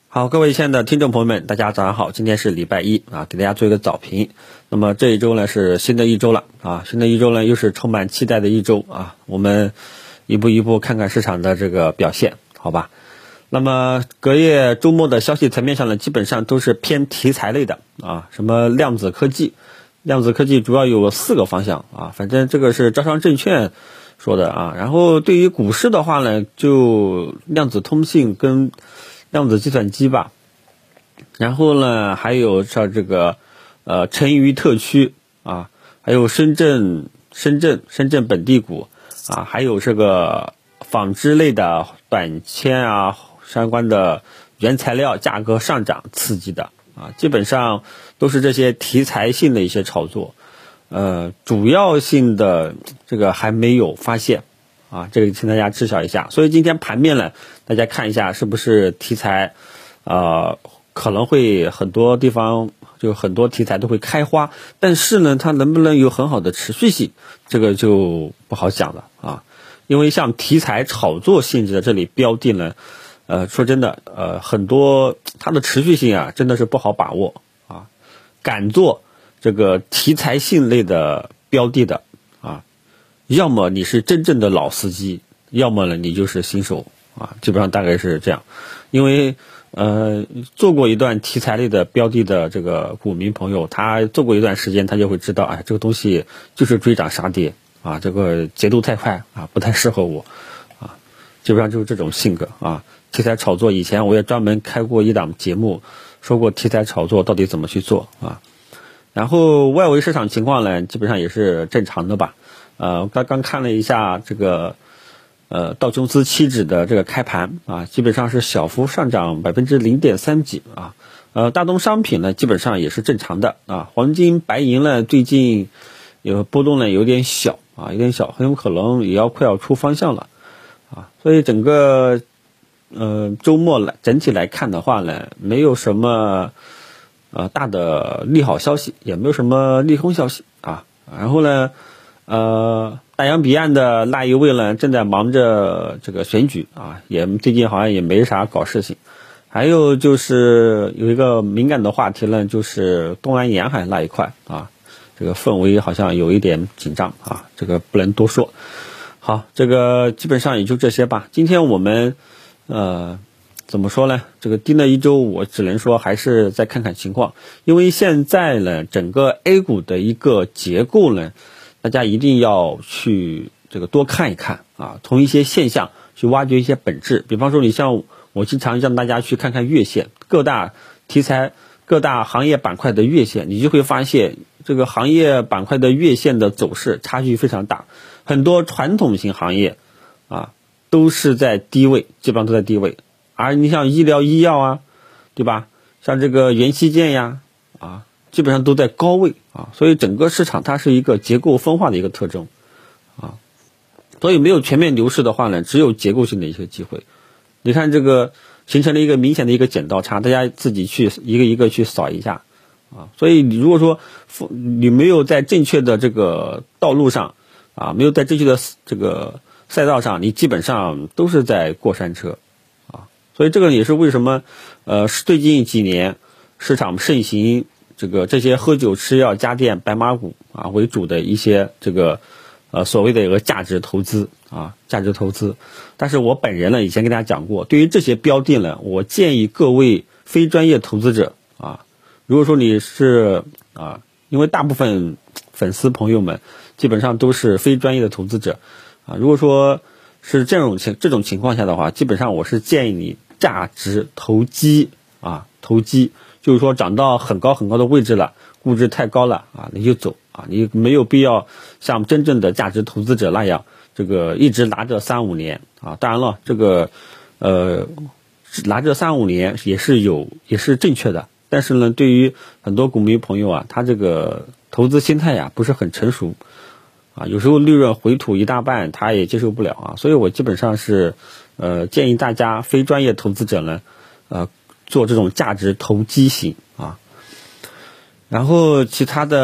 好，各位亲爱的听众朋友们，大家早上好，今天是礼拜一啊，给大家做一个早评。那么这一周呢是新的一周了啊，新的一周呢又是充满期待的一周啊，我们一步一步看看市场的这个表现，好吧？那么隔夜周末的消息层面上呢，基本上都是偏题材类的啊，什么量子科技主要有4个方向啊，反正这个是招商证券说的啊。然后对于股市的话呢，就量子通信跟量子计算机吧，然后呢还有像这个成渝特区啊，还有深圳本地股啊，还有这个纺织类的短纤啊相关的原材料价格上涨刺激的啊，基本上都是这些题材性的一些炒作，主要性的这个还没有发现啊，这个请大家知晓一下。所以今天盘面呢，大家看一下是不是题材，可能会很多地方就很多题材都会开花，但是呢，它能不能有很好的持续性，这个就不好讲了啊。因为像题材炒作性质的这里标的呢，说真的，很多它的持续性啊，真的是不好把握啊。敢做这个题材性类的标的的啊，要么你是真正的老司机，要么呢你就是新手啊，基本上大概是这样。因为做过一段题材类的标的的这个股民朋友，他做过一段时间，他就会知道，哎，这个东西就是追涨杀跌啊，这个节奏太快啊，不太适合我啊，基本上就是这种性格啊。题材炒作以前我也专门开过一档节目，说过题材炒作到底怎么去做啊。然后外围市场情况呢，基本上也是正常的吧。刚刚看了一下这个道琼斯期指的这个开盘啊，基本上是小幅上涨0.3%几啊。大宗商品呢基本上也是正常的啊。黄金、白银呢最近有波动呢有点小啊，很有可能也快要出方向了啊。所以整个周末整体来看的话呢，没有什么大的利好消息，也没有什么利空消息啊。然后呢大洋彼岸的那一位呢正在忙着这个选举啊，最近好像也没啥搞事情。还有就是有一个敏感的话题呢，就是东南沿海那一块啊，这个氛围好像有一点紧张啊，这个不能多说。好，这个基本上也就这些吧。今天我们怎么说呢？这个盯了一周，我只能说还是再看看情况。因为现在呢，整个 A 股的一个结构呢，大家一定要去这个多看一看啊，从一些现象去挖掘一些本质。比方说，你像我经常让大家去看看月线，各大题材、各大行业板块的月线，你就会发现这个行业板块的月线的走势差距非常大。很多传统型行业啊，都是在低位，基本上都在低位。而你像医疗医药啊，对吧？像这个元器件呀，啊，基本上都在高位啊，所以整个市场它是一个结构分化的一个特征啊，所以没有全面牛市的话呢，只有结构性的一些机会。你看这个形成了一个明显的一个剪刀差，大家自己去一个一个去扫一下啊。所以你如果说你没有在正确的这个道路上啊，没有在正确的这个赛道上，你基本上都是在过山车。所以这个也是为什么最近几年市场盛行这些喝酒吃药家电白马股啊为主的一些这个所谓的一个价值投资啊，价值投资。但是我本人呢以前跟大家讲过，对于这些标的呢，我建议各位非专业投资者啊，如果说你是因为大部分粉丝朋友们基本上都是非专业的投资者啊，如果说是这种情况下的话，基本上我是建议你价值投机啊，投机就是说涨到很高很高的位置了，估值太高了啊，你就走啊，你没有必要像真正的价值投资者那样，这个一直拿着3-5年啊。当然了，这个拿着3-5年也是正确的，但是呢，对于很多股民朋友啊，他这个投资心态呀不是很成熟啊，有时候利润回吐一大半，他也接受不了啊，所以我基本上是建议大家非专业投资者呢，做这种价值投机型啊。然后其他的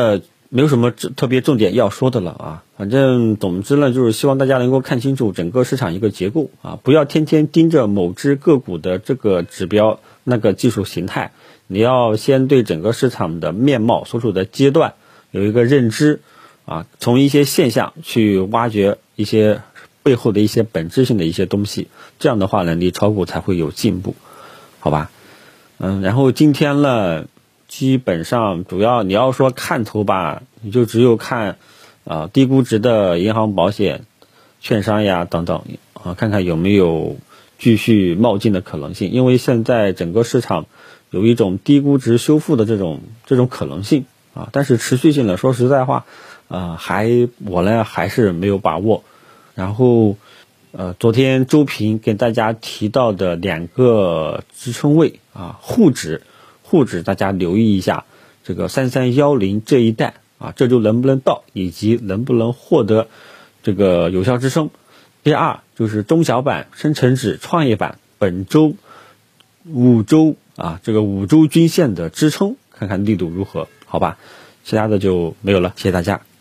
没有什么特别重点要说的了啊。反正总之呢，就是希望大家能够看清楚整个市场一个结构啊，不要天天盯着某只个股的这个指标那个技术形态，你要先对整个市场的面貌所处的阶段有一个认知啊，从一些现象去挖掘一些背后的一些本质性的一些东西，这样的话呢，你炒股才会有进步，好吧？然后今天呢，基本上主要你要说看头吧，你就只有看低估值的银行、保险、券商呀等等啊，看看有没有继续冒进的可能性。因为现在整个市场有一种低估值修复的这种可能性啊，但是持续性的，说实在话，我呢还是没有把握。然后昨天周平给大家提到的2个支撑位啊，沪指大家留意一下，这个3310这一带啊，这周能不能到，以及能不能获得这个有效支撑。第二就是中小板、深成指、创业板本周5周啊，这个5周均线的支撑，看看力度如何，好吧？其他的就没有了，谢谢大家。